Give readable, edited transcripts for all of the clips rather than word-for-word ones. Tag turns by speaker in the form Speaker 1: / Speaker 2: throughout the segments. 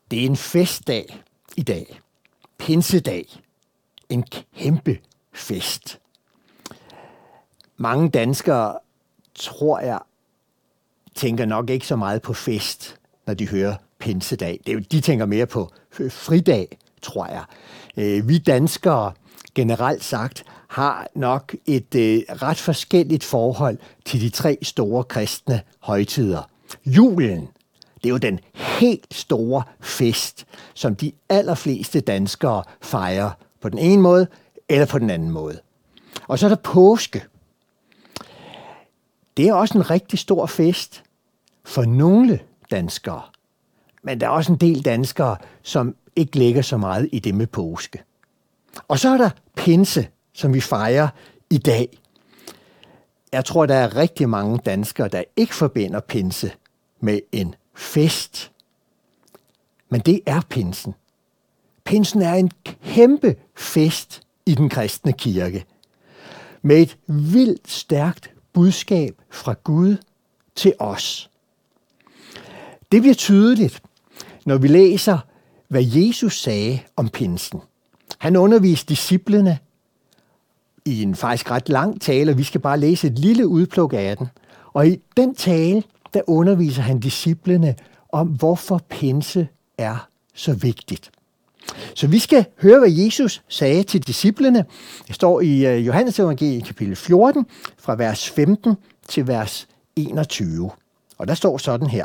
Speaker 1: Det er en festdag i dag. Pinsedag. En kæmpe fest. Mange danskere, tror jeg, tænker nok ikke så meget på fest, når de hører pinsedag. De tænker mere på fridag, tror jeg. Vi danskere, generelt sagt, har nok et ret forskelligt forhold til de 3 store kristne højtider. Julen, det er jo den helt store fest, som de allerfleste danskere fejrer på den ene måde eller på den anden måde. Og så er der påske. Det er også en rigtig stor fest for nogle danskere. Men der er også en del danskere, som ikke lægger så meget i det med påske. Og så er der pinse, som vi fejrer i dag. Jeg tror, der er rigtig mange danskere, der ikke forbinder pinse med en fest. Men det er pinsen. Pinsen er en kæmpe fest i den kristne kirke. Med et vildt stærkt budskab fra Gud til os. Det bliver tydeligt, når vi læser, hvad Jesus sagde om pinsen. Han underviste disciplene i en faktisk ret lang tale, og vi skal bare læse et lille udpluk af den. Og i den tale, der underviser han disciplene om, hvorfor pinse er så vigtigt. Så vi skal høre, hvad Jesus sagde til disciplene. Det står i Johannes evangeliet kapitel 14, fra vers 15 til vers 21. Og der står sådan her.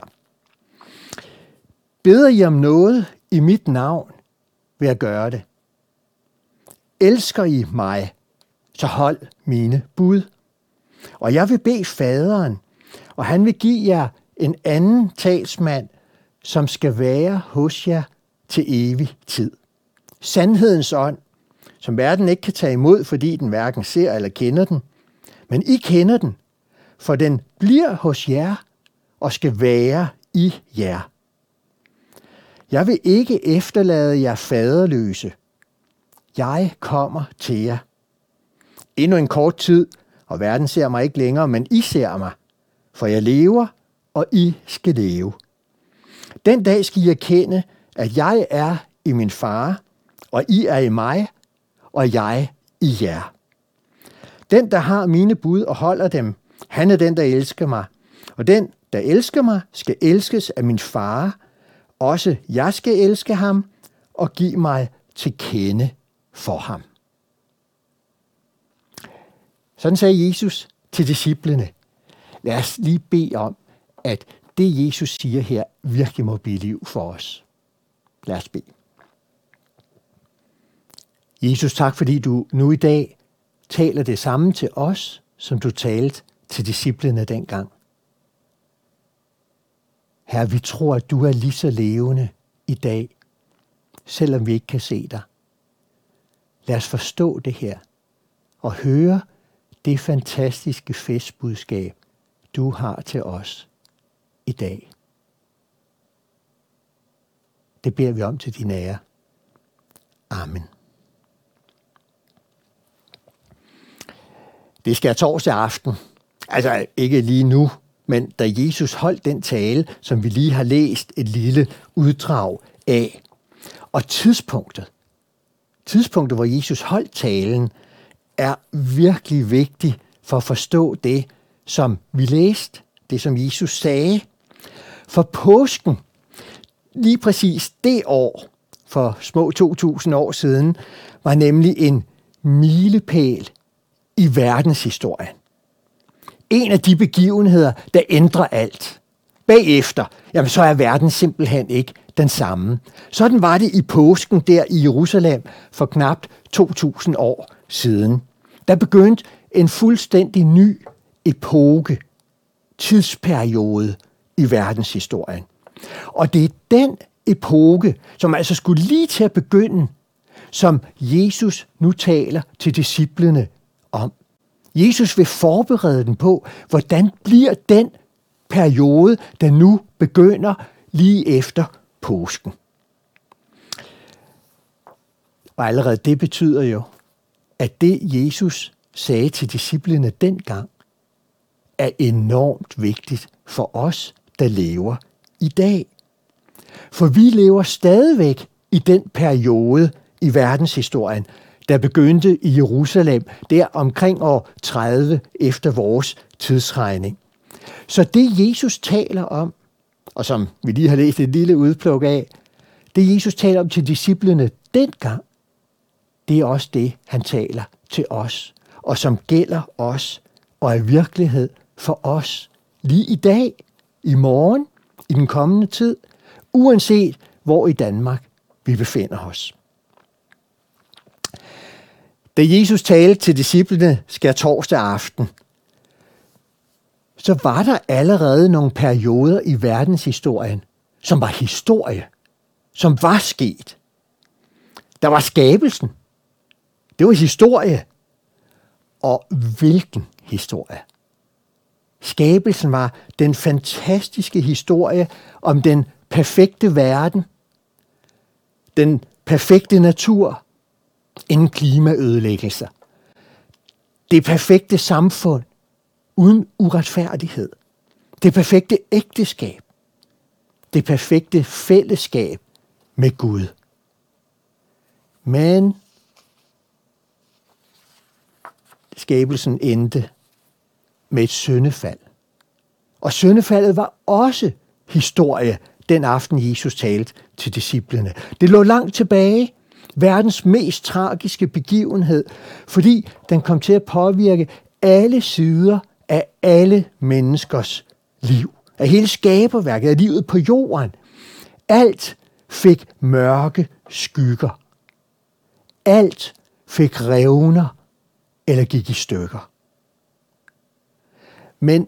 Speaker 1: Beder I om noget i mit navn, vil jeg gøre det. Elsker I mig, så hold mine bud. Og jeg vil bede faderen, og han vil give jer en anden talsmand, som skal være hos jer til evig tid. Sandhedens ånd, som verden ikke kan tage imod, fordi den hverken ser eller kender den. Men I kender den, for den bliver hos jer og skal være i jer. Jeg vil ikke efterlade jer faderløse. Jeg kommer til jer. Endnu en kort tid, og verden ser mig ikke længere, men I ser mig. For jeg lever, og I skal leve. Den dag skal I erkende, at jeg er i min far, og I er i mig, og jeg i jer. Den, der har mine bud og holder dem, han er den, der elsker mig. Og den, der elsker mig, skal elskes af min far. Også jeg skal elske ham og give mig til kende for ham. Sådan sagde Jesus til disciplene. Lad os lige bede om, at det Jesus siger her virkelig må blive liv for os. Lad os bede. Jesus, tak fordi du nu i dag taler det samme til os, som du talte til disciplene dengang. Herre, vi tror, at du er lige så levende i dag, selvom vi ikke kan se dig. Lad os forstå det her og høre det fantastiske festbudskab, du har til os i dag. Det beder vi om til din ære. Amen. Det skal torsdag aften. Altså ikke lige nu, men da Jesus holdt den tale, som vi lige har læst et lille uddrag af. Og tidspunktet, hvor Jesus holdt talen, er virkelig vigtigt for at forstå det, som vi læste, det som Jesus sagde. For påsken, lige præcis det år, for små 2000 år siden, var nemlig en milepæl i verdenshistorien. En af de begivenheder, der ændrer alt. Bagefter, jamen så er verden simpelthen ikke den samme. Sådan var det i påsken der i Jerusalem for knap 2000 år siden. Der begyndte en fuldstændig ny epoke, tidsperiode i verdenshistorien. Og det er den epoke, som altså skulle lige til at begynde, som Jesus nu taler til disciplene om. Jesus vil forberede dem på, hvordan bliver den periode, der nu begynder lige efter påsken. Og allerede det betyder jo, at det Jesus sagde til disciplene dengang, er enormt vigtigt for os, der lever i dag. For vi lever stadigvæk i den periode i verdenshistorien, der begyndte i Jerusalem, der omkring år 30 efter vores tidsregning. Så det Jesus taler om, og som vi lige har læst et lille udpluk af, det Jesus taler om til disciplene dengang, det er også det, han taler til os, og som gælder os, og er virkelighed for os lige i dag, i morgen, i den kommende tid, uanset hvor i Danmark vi befinder os. Da Jesus talte til disciplene skærtorsdag aften, så var der allerede nogle perioder i verdenshistorien, som var historie, som var sket. Der var skabelsen. Det var historie. Og hvilken historie? Skabelsen var den fantastiske historie om den perfekte verden, den perfekte natur, ingen klimaødelæggelser, det perfekte samfund uden uretfærdighed, det perfekte ægteskab, det perfekte fællesskab med Gud. Men skabelsen endte med et syndefald. Og syndefaldet var også historie den aften, Jesus talte til disciplene. Det lå langt tilbage, verdens mest tragiske begivenhed, fordi den kom til at påvirke alle sider af alle menneskers liv. Af hele skaberværket, af livet på jorden. Alt fik mørke skygger. Alt fik revner eller gik i stykker. Men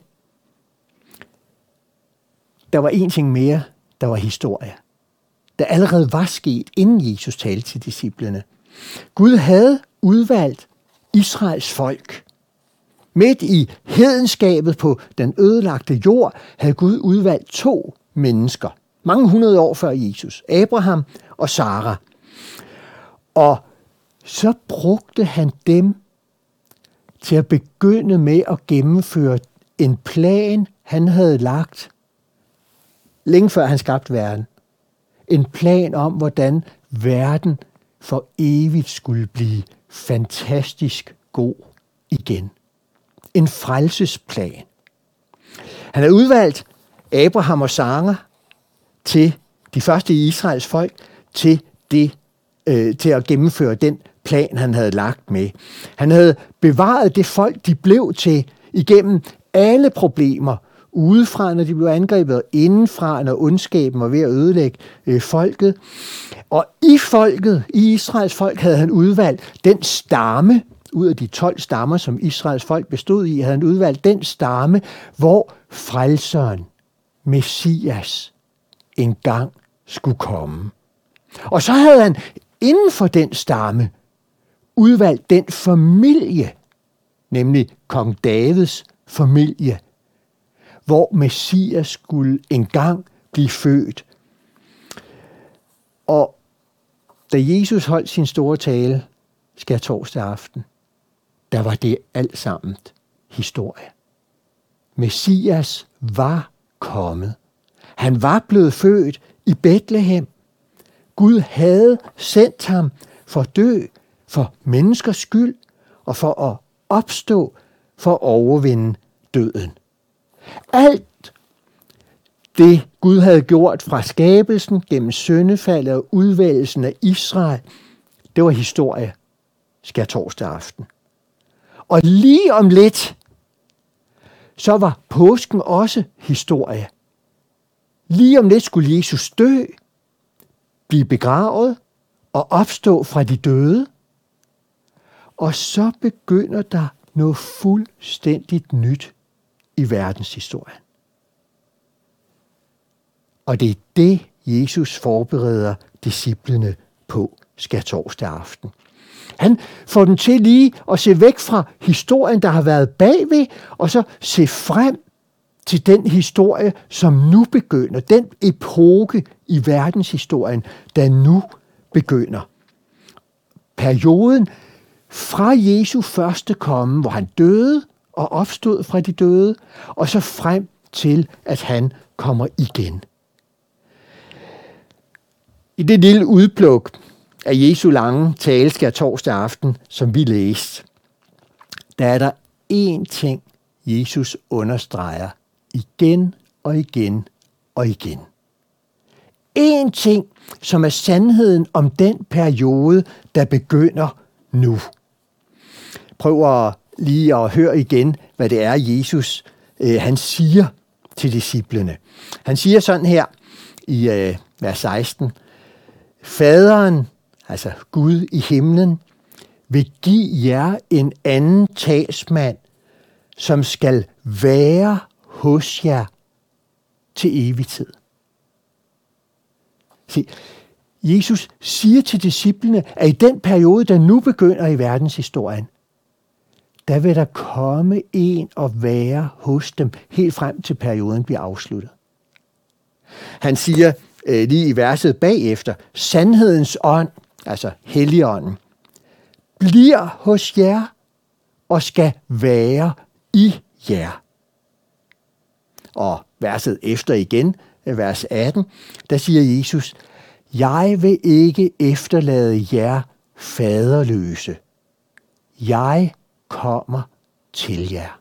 Speaker 1: der var en ting mere, der var historie. Der allerede var sket, inden Jesus talte til disciplene. Gud havde udvalgt Israels folk. Midt i hedenskabet på den ødelagte jord havde Gud udvalgt 2 mennesker. Mange hundrede år før Jesus. Abraham og Sara. Og så brugte han dem til at begynde med at gennemføre en plan, han havde lagt længe før han skabte verden. En plan om, hvordan verden for evigt skulle blive fantastisk god igen. En frelsesplan. Han havde udvalgt Abraham og Sara til de første i Israels folk til at gennemføre den plan, han havde lagt med. Han havde bevaret det folk, de blev til igennem alle problemer, udefra, når de blev angrebet, og indenfra, når ondskaben var ved at ødelægge folket. Og i folket, i Israels folk, havde han udvalgt den stamme, ud af de 12 stammer, som Israels folk bestod i, havde han udvalgt den stamme, hvor frelseren, Messias, engang skulle komme. Og så havde han inden for den stamme udvalgt den familie, nemlig kong Davids familie, hvor Messias skulle engang blive født. Og da Jesus holdt sin store tale skærtorsdag aften, der var det alt sammen historie. Messias var kommet. Han var blevet født i Betlehem. Gud havde sendt ham for at dø, for menneskers skyld, og for at opstå, for at overvinde døden. Alt det, Gud havde gjort fra skabelsen gennem syndefaldet og udvælgelsen af Israel, det var historie skærtorsdag aften. Og lige om lidt, så var påsken også historie. Lige om lidt skulle Jesus dø, blive begravet og opstå fra de døde. Og så begynder der noget fuldstændigt nyt i verdenshistorien. Og det er det, Jesus forbereder disciplene på skærtorsdag aften. Han får dem til lige at se væk fra historien, der har været bagved, og så se frem til den historie, som nu begynder. Den epoke i verdenshistorien, der nu begynder. Perioden fra Jesu første komme, hvor han døde og opstod fra de døde, og så frem til, at han kommer igen. I det lille udpluk af Jesu lange tale skærtorsdag aften, som vi læste, der er der én ting, Jesus understreger igen og igen og igen. En ting, som er sandheden om den periode, der begynder nu. Prøv lige at høre igen, hvad det er, Jesus han siger til disciplene. Han siger sådan her i vers 16. Faderen, altså Gud i himlen, vil give jer en anden talsmand, som skal være hos jer til evig tid. Se, Jesus siger til disciplene, at i den periode, der nu begynder i verdenshistorien, der vil der komme en og være hos dem, helt frem til perioden bliver afsluttet. Han siger lige i verset bagefter, sandhedens ånd, altså Helligånden, bliver hos jer og skal være i jer. Og verset efter igen, vers 18, der siger Jesus, jeg vil ikke efterlade jer faderløse. Jeg kommer til jer.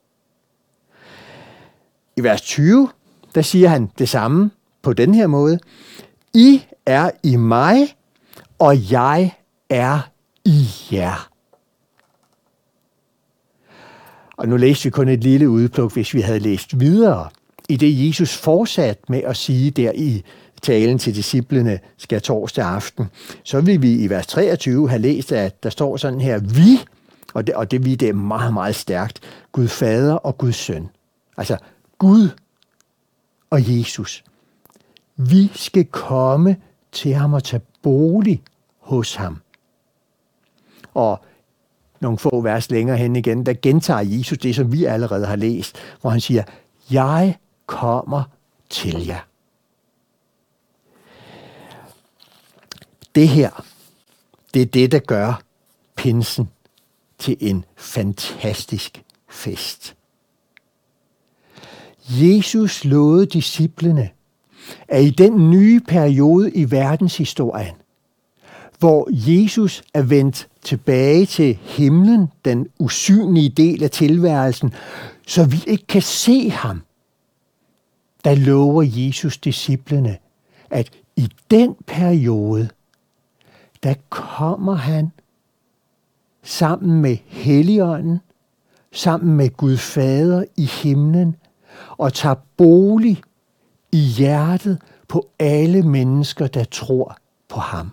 Speaker 1: I vers 20, der siger han det samme på den her måde. I er i mig, og jeg er i jer. Og nu læste vi kun et lille udpluk, hvis vi havde læst videre i det, Jesus fortsatte med at sige der i talen til disciplene skærtorsdag aften. Så vil vi i vers 23 have læst, at der står sådan her, vi, og det vi, det er meget, meget stærkt, Gud Fader og Gud Søn. Altså Gud og Jesus. Vi skal komme til ham og tage bolig hos ham. Og nogle få vers længere hen igen, der gentager Jesus det, som vi allerede har læst, hvor han siger, jeg kommer til jer. Det her, det er det, der gør pinsen til en fantastisk fest. Jesus lovede disciplene, at i den nye periode i verdenshistorien, hvor Jesus er vendt tilbage til himlen, den usynlige del af tilværelsen, så vi ikke kan se ham, der lover Jesus disciplene, at i den periode, der kommer han sammen med Helligånden, sammen med Gud Fader i himlen, og tager bolig i hjertet på alle mennesker, der tror på ham.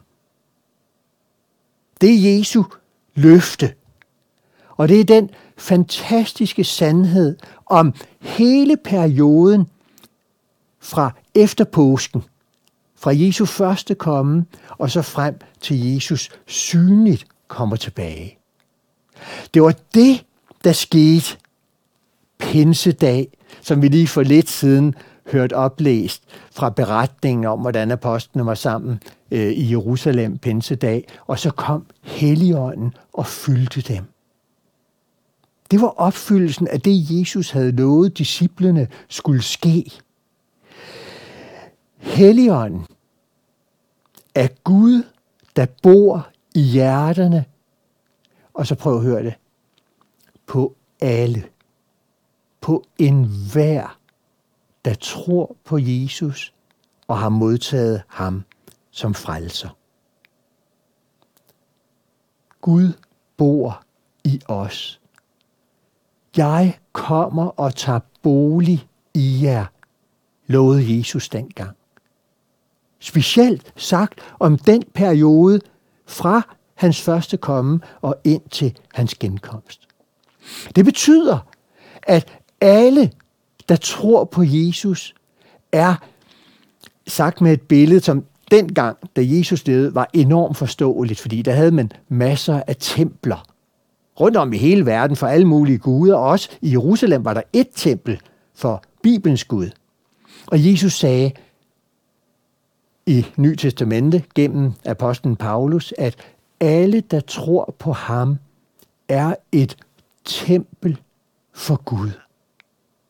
Speaker 1: Det er Jesu løfte, og det er den fantastiske sandhed om hele perioden fra efter påsken, fra Jesu første komme, og så frem til Jesus synligt kommer tilbage. Det var det, der skete pinsedag, som vi lige for lidt siden hørt oplæst fra beretningen om, hvordan apostlene var sammen i Jerusalem pinsedag, og så kom Helligånden og fyldte dem. Det var opfyldelsen af det, Jesus havde lovet disciplene skulle ske. Helligånden er Gud, der bor i hjerterne, og så prøv at høre det, på alle, på enhver, der tror på Jesus og har modtaget ham som frelser. Gud bor i os. Jeg kommer og tager bolig i jer, lovede Jesus dengang. Specielt sagt om den periode fra hans første komme og ind til hans genkomst. Det betyder, at alle, der tror på Jesus, er sagt med et billede, som dengang, da Jesus levede, var enormt forståeligt, fordi der havde man masser af templer rundt om i hele verden for alle mulige guder, og også i Jerusalem var der et tempel for Bibelens Gud. Og Jesus sagde i Nye Testamente gennem apostlen Paulus, at alle, der tror på ham, er et tempel for Gud.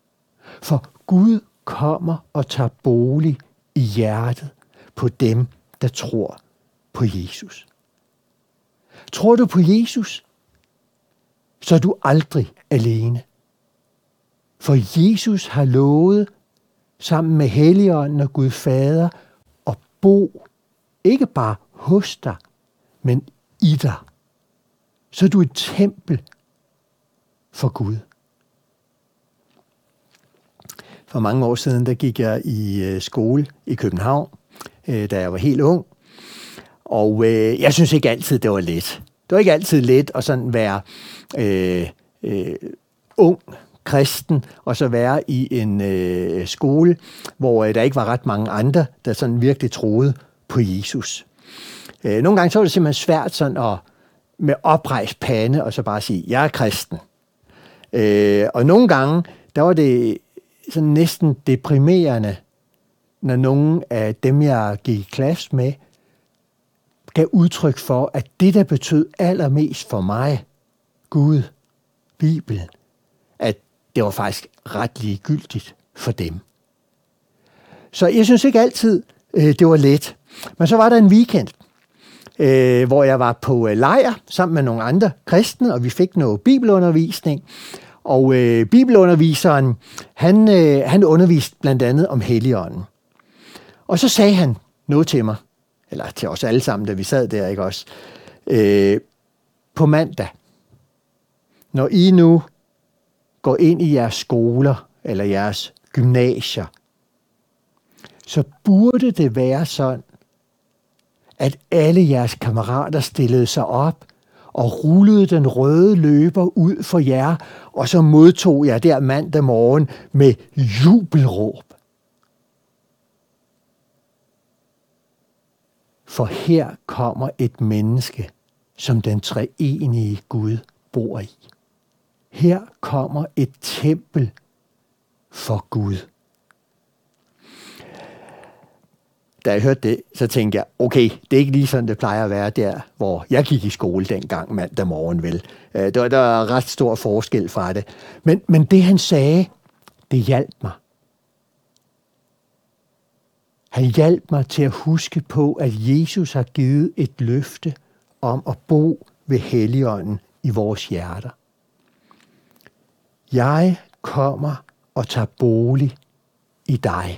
Speaker 1: For Gud kommer og tager bolig i hjertet på dem, der tror på Jesus. Tror du på Jesus, så er du aldrig alene. For Jesus har lovet sammen med Helligånden og Gud Fader at bo ikke bare hos dig, men i dig. Så er du et tempel for Gud. For mange år siden, der gik jeg i skole i København, da jeg var helt ung. Og jeg synes ikke altid, det var let. Det var ikke altid let at sådan være ung kristen, og så være i en skole, hvor der ikke var ret mange andre, der sådan virkelig troede på Jesus. Nogle gange så var det simpelthen svært sådan at med oprejst pande, og så bare sige, jeg er kristen. Og nogle gange, der var det sådan næsten deprimerende, når nogen af dem, jeg gik i klasse med, gav udtryk for, at det, der betød allermest for mig, Gud, Bibelen, at det var faktisk ret ligegyldigt for dem. Så jeg synes ikke altid, det var let. Men så var der en weekend, hvor jeg var på lejr sammen med nogle andre kristne, og vi fik noget bibelundervisning. Og bibelunderviseren, han underviste blandt andet om Helligånden. Og så sagde han noget til mig, eller til os alle sammen, da vi sad der, ikke også? På mandag, når I nu går ind i jeres skoler eller jeres gymnasier, så burde det være sådan, at alle jeres kammerater stillede sig op og rullede den røde løber ud for jer, og så modtog jeg der mandag morgen med jubelråb. For her kommer et menneske, som den treenige Gud bor i. Her kommer et tempel for Gud. Da jeg hørte det, så tænkte jeg, okay, det er ikke lige sådan, det plejer at være der, hvor jeg gik i skole dengang mandag morgen, vel. Der var ret stor forskel fra det. Men det, han sagde, det hjalp mig. Han hjalp mig til at huske på, at Jesus har givet et løfte om at bo ved Helligånden i vores hjerter. Jeg kommer og tager bolig i dig.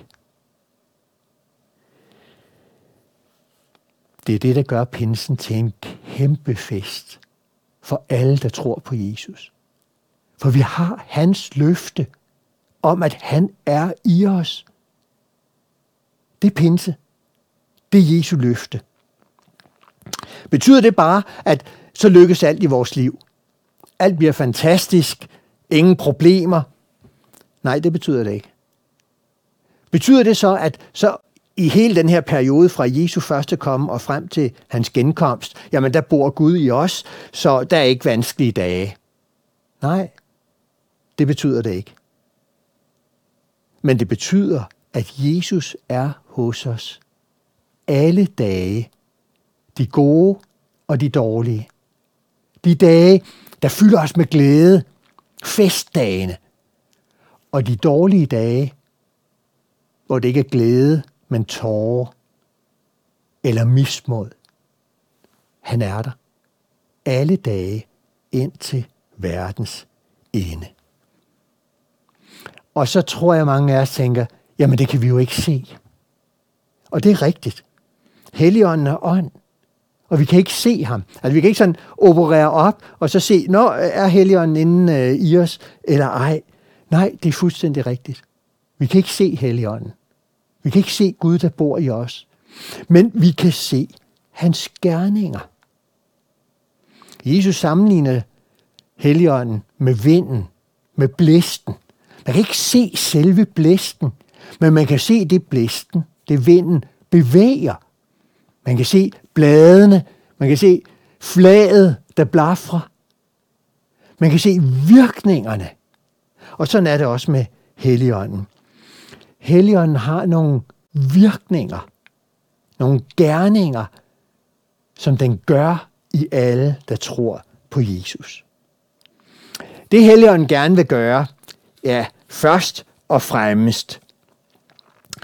Speaker 1: Det er det, der gør pinsen til en kæmpe fest for alle, der tror på Jesus. For vi har hans løfte om, at han er i os. Det er pinse. Det er Jesu løfte. Betyder det bare, at så lykkes alt i vores liv? Alt bliver fantastisk. Ingen problemer? Nej, det betyder det ikke. Betyder det så, at så i hele den her periode fra Jesu første komme og frem til hans genkomst, jamen der bor Gud i os, så der er ikke vanskelige dage? Nej, det betyder det ikke. Men det betyder, at Jesus er hos os alle dage, de gode og de dårlige. De dage, der fylder os med glæde, festdagene, og de dårlige dage, hvor det ikke er glæde, men tårer eller mismod. Han er der alle dage indtil verdens ende. Og så tror jeg, mange af os tænker, jamen det kan vi jo ikke se. Og det er rigtigt. Helligånden er ånd, og vi kan ikke se ham. Altså vi kan ikke sådan operere op og så se, nå, er Helligånden inde i os, eller ej. Nej, det er fuldstændig rigtigt. Vi kan ikke se Helligånden. Vi kan ikke se Gud, der bor i os. Men vi kan se hans gerninger. Jesus sammenligner Helligånden med vinden, med blæsten. Man kan ikke se selve blæsten, men man kan se det blæsten, det vinden bevæger. Man kan se bladene, man kan se flaget, der blafrer. Man kan se virkningerne. Og sådan er det også med Helligånden. Helligånden har nogle virkninger, nogle gerninger, som den gør i alle, der tror på Jesus. Det Helligånden gerne vil gøre, ja, først og fremmest,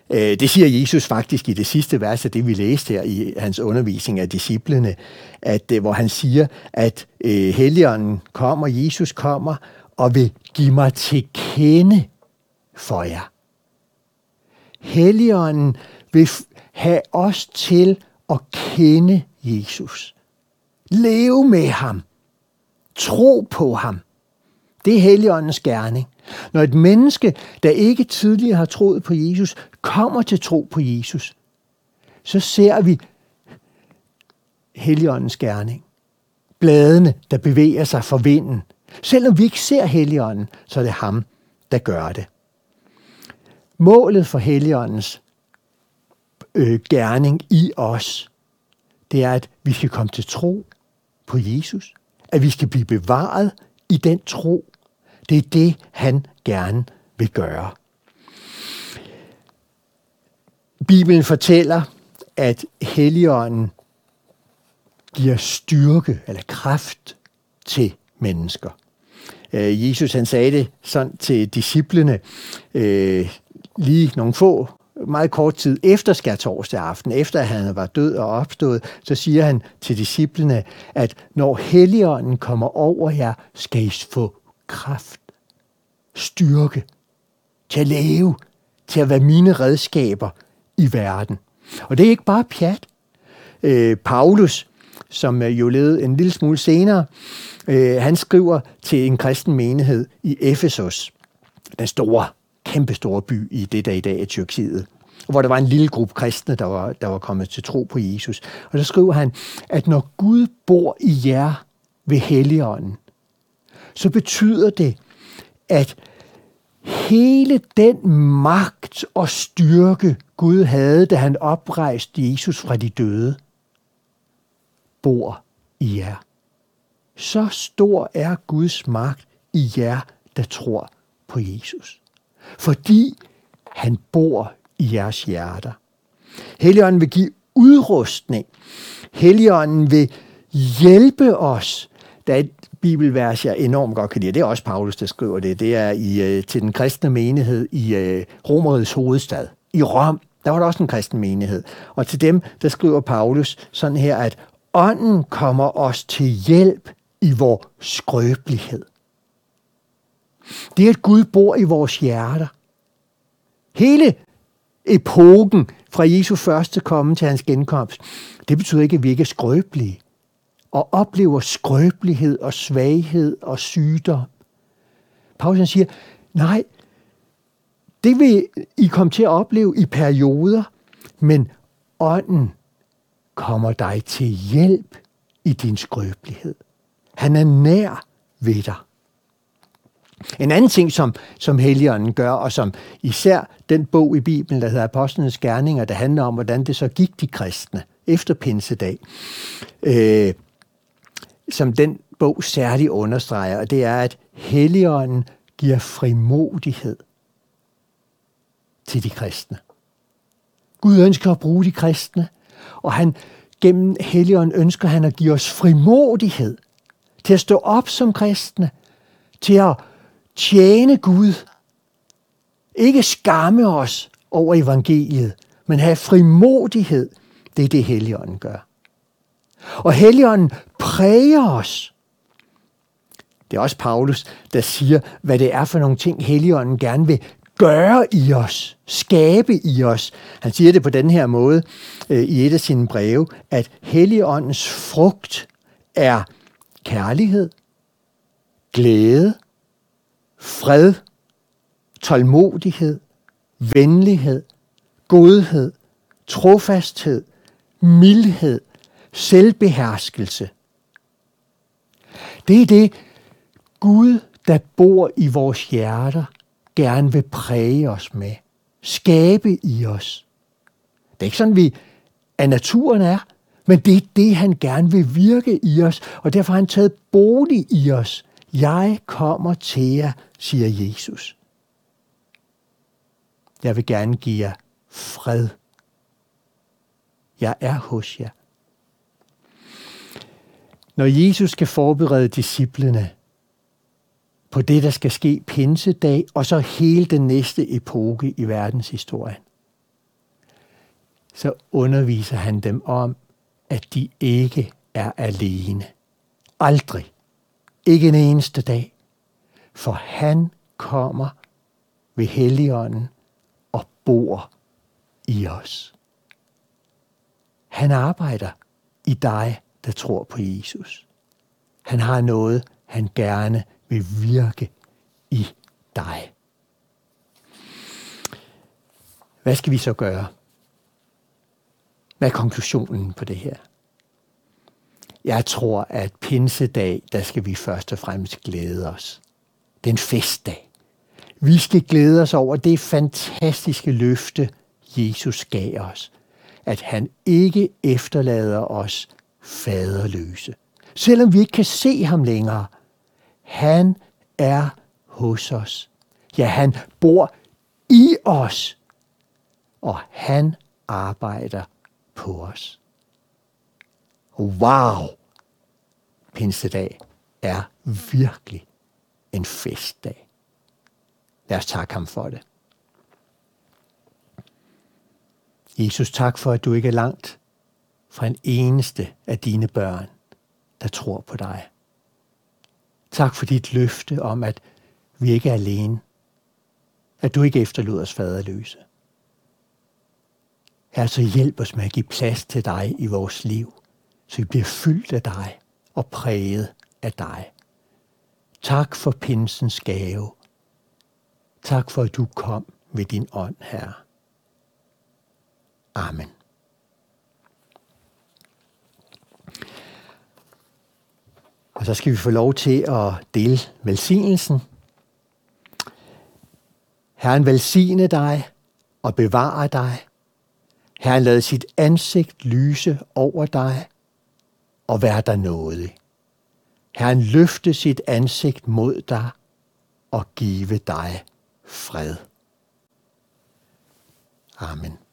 Speaker 1: Det siger Jesus faktisk i det sidste vers af det, vi læste her i hans undervisning af disciplene, hvor han siger, at Helligånden kommer, Jesus kommer og vil give mig til kende for jer. Helligånden vil have os til at kende Jesus. Leve med ham. Tro på ham. Det er Helligåndens gerning. Når et menneske, der ikke tidligere har troet på Jesus, kommer til tro på Jesus, så ser vi Helligåndens gerning. Bladene, der bevæger sig for vinden. Selvom vi ikke ser Helligånden, så er det ham, der gør det. Målet for Helligåndens gerning i os, det er, at vi skal komme til tro på Jesus. At vi skal blive bevaret i den tro. Det er det, han gerne vil gøre. Bibelen fortæller, at Helligånden giver styrke eller kraft til mennesker. Jesus han sagde det sådan til disciplene lige nogle få, meget kort tid efter skærtorsdag aften, efter at han var død og opstået, så siger han til disciplene, at når Helligånden kommer over jer, skal I få kraft, styrke, til at leve, til at være mine redskaber i verden. Og det er ikke bare pjat. Paulus, som jo levede en lille smule senere, han skriver til en kristen menighed i Efesos, den store, kæmpestore by i det, der i dag er Tyrkiet, hvor der var en lille gruppe kristne, der var kommet til tro på Jesus. Og så skriver han, at når Gud bor i jer ved Helligånden, så betyder det, at hele den magt og styrke, Gud havde, da han oprejste Jesus fra de døde, bor i jer. Så stor er Guds magt i jer, der tror på Jesus. Fordi han bor i jeres hjerter. Helligånden vil give udrustning. Helligånden vil hjælpe os. Der er et bibelvers, jeg enormt godt kan lide. Det er også Paulus, der skriver det. Det er til den kristne menighed i Romerrigets hovedstad. I Rom, der var der også en kristen menighed. Og til dem, der skriver Paulus sådan her, at ånden kommer os til hjælp i vores skrøbelighed. Det er, at Gud bor i vores hjerter. Hele epoken fra Jesu første komme til hans genkomst, det betyder ikke, at vi ikke er skrøbelige og oplever skrøbelighed og svaghed og sygdom. Paulus siger, nej, det vil I komme til at opleve i perioder, men ånden kommer dig til hjælp i din skrøbelighed. Han er nær ved dig. En anden ting, som Helligånden gør, og som især den bog i Bibelen, der hedder Apostlenes Gerninger, der handler om, hvordan det så gik de kristne efter pinsedag, som den bog særligt understreger, og det er, at Helligånden giver frimodighed til de kristne. Gud ønsker at bruge de kristne, og han gennem Helligånden ønsker han at give os frimodighed til at stå op som kristne, til at tjene Gud. Ikke skamme os over evangeliet, men have frimodighed. Det er det, Helligånden gør. Og Helligånden præger os. Det er også Paulus, der siger, hvad det er for nogle ting, Helligånden gerne vil gøre i os, skabe i os. Han siger det på den her måde i et af sine breve, at Helligåndens frugt er kærlighed, glæde, fred, tålmodighed, venlighed, godhed, trofasthed, mildhed, selvbeherskelse. Det er det, Gud, der bor i vores hjerter, gerne vil præge os med, skabe i os. Det er ikke sådan, vi af naturen er, men det er det, han gerne vil virke i os, og derfor har han taget bolig i os. Jeg kommer til jer, siger Jesus. Jeg vil gerne give jer fred. Jeg er hos jer. Når Jesus skal forberede disciplene på det, der skal ske pinsedag, og så hele den næste epoke i verdenshistorien, så underviser han dem om, at de ikke er alene. Aldrig. Ikke en eneste dag. For han kommer ved Helligånden og bor i os. Han arbejder i dig, der tror på Jesus. Han har noget, han gerne vil virke i dig. Hvad skal vi så gøre? Hvad er konklusionen på det her? Jeg tror, at pinsedag, der skal vi først og fremmest glæde os. Det er en festdag. Vi skal glæde os over det fantastiske løfte, Jesus gav os. At han ikke efterlader os faderløse. Selvom vi ikke kan se ham længere. Han er hos os. Ja, han bor i os. Og han arbejder på os. Wow! Pinsedag er virkelig en festdag. Lad os takke ham for det. Jesus, tak for, at du ikke er langt fra en eneste af dine børn, der tror på dig. Tak for dit løfte om, at vi ikke er alene. At du ikke efterlod os faderløse. Herre, så hjælp os med at give plads til dig i vores liv, så vi bliver fyldt af dig og præget af dig. Tak for pinsens gave. Tak for, at du kom ved din ånd, Herre. Amen. Og så skal vi få lov til at dele velsignelsen. Herren velsigne dig og bevare dig. Herren lad sit ansigt lyse over dig og vær dig nådig. Herren løfte sit ansigt mod dig og give dig fred. Amen.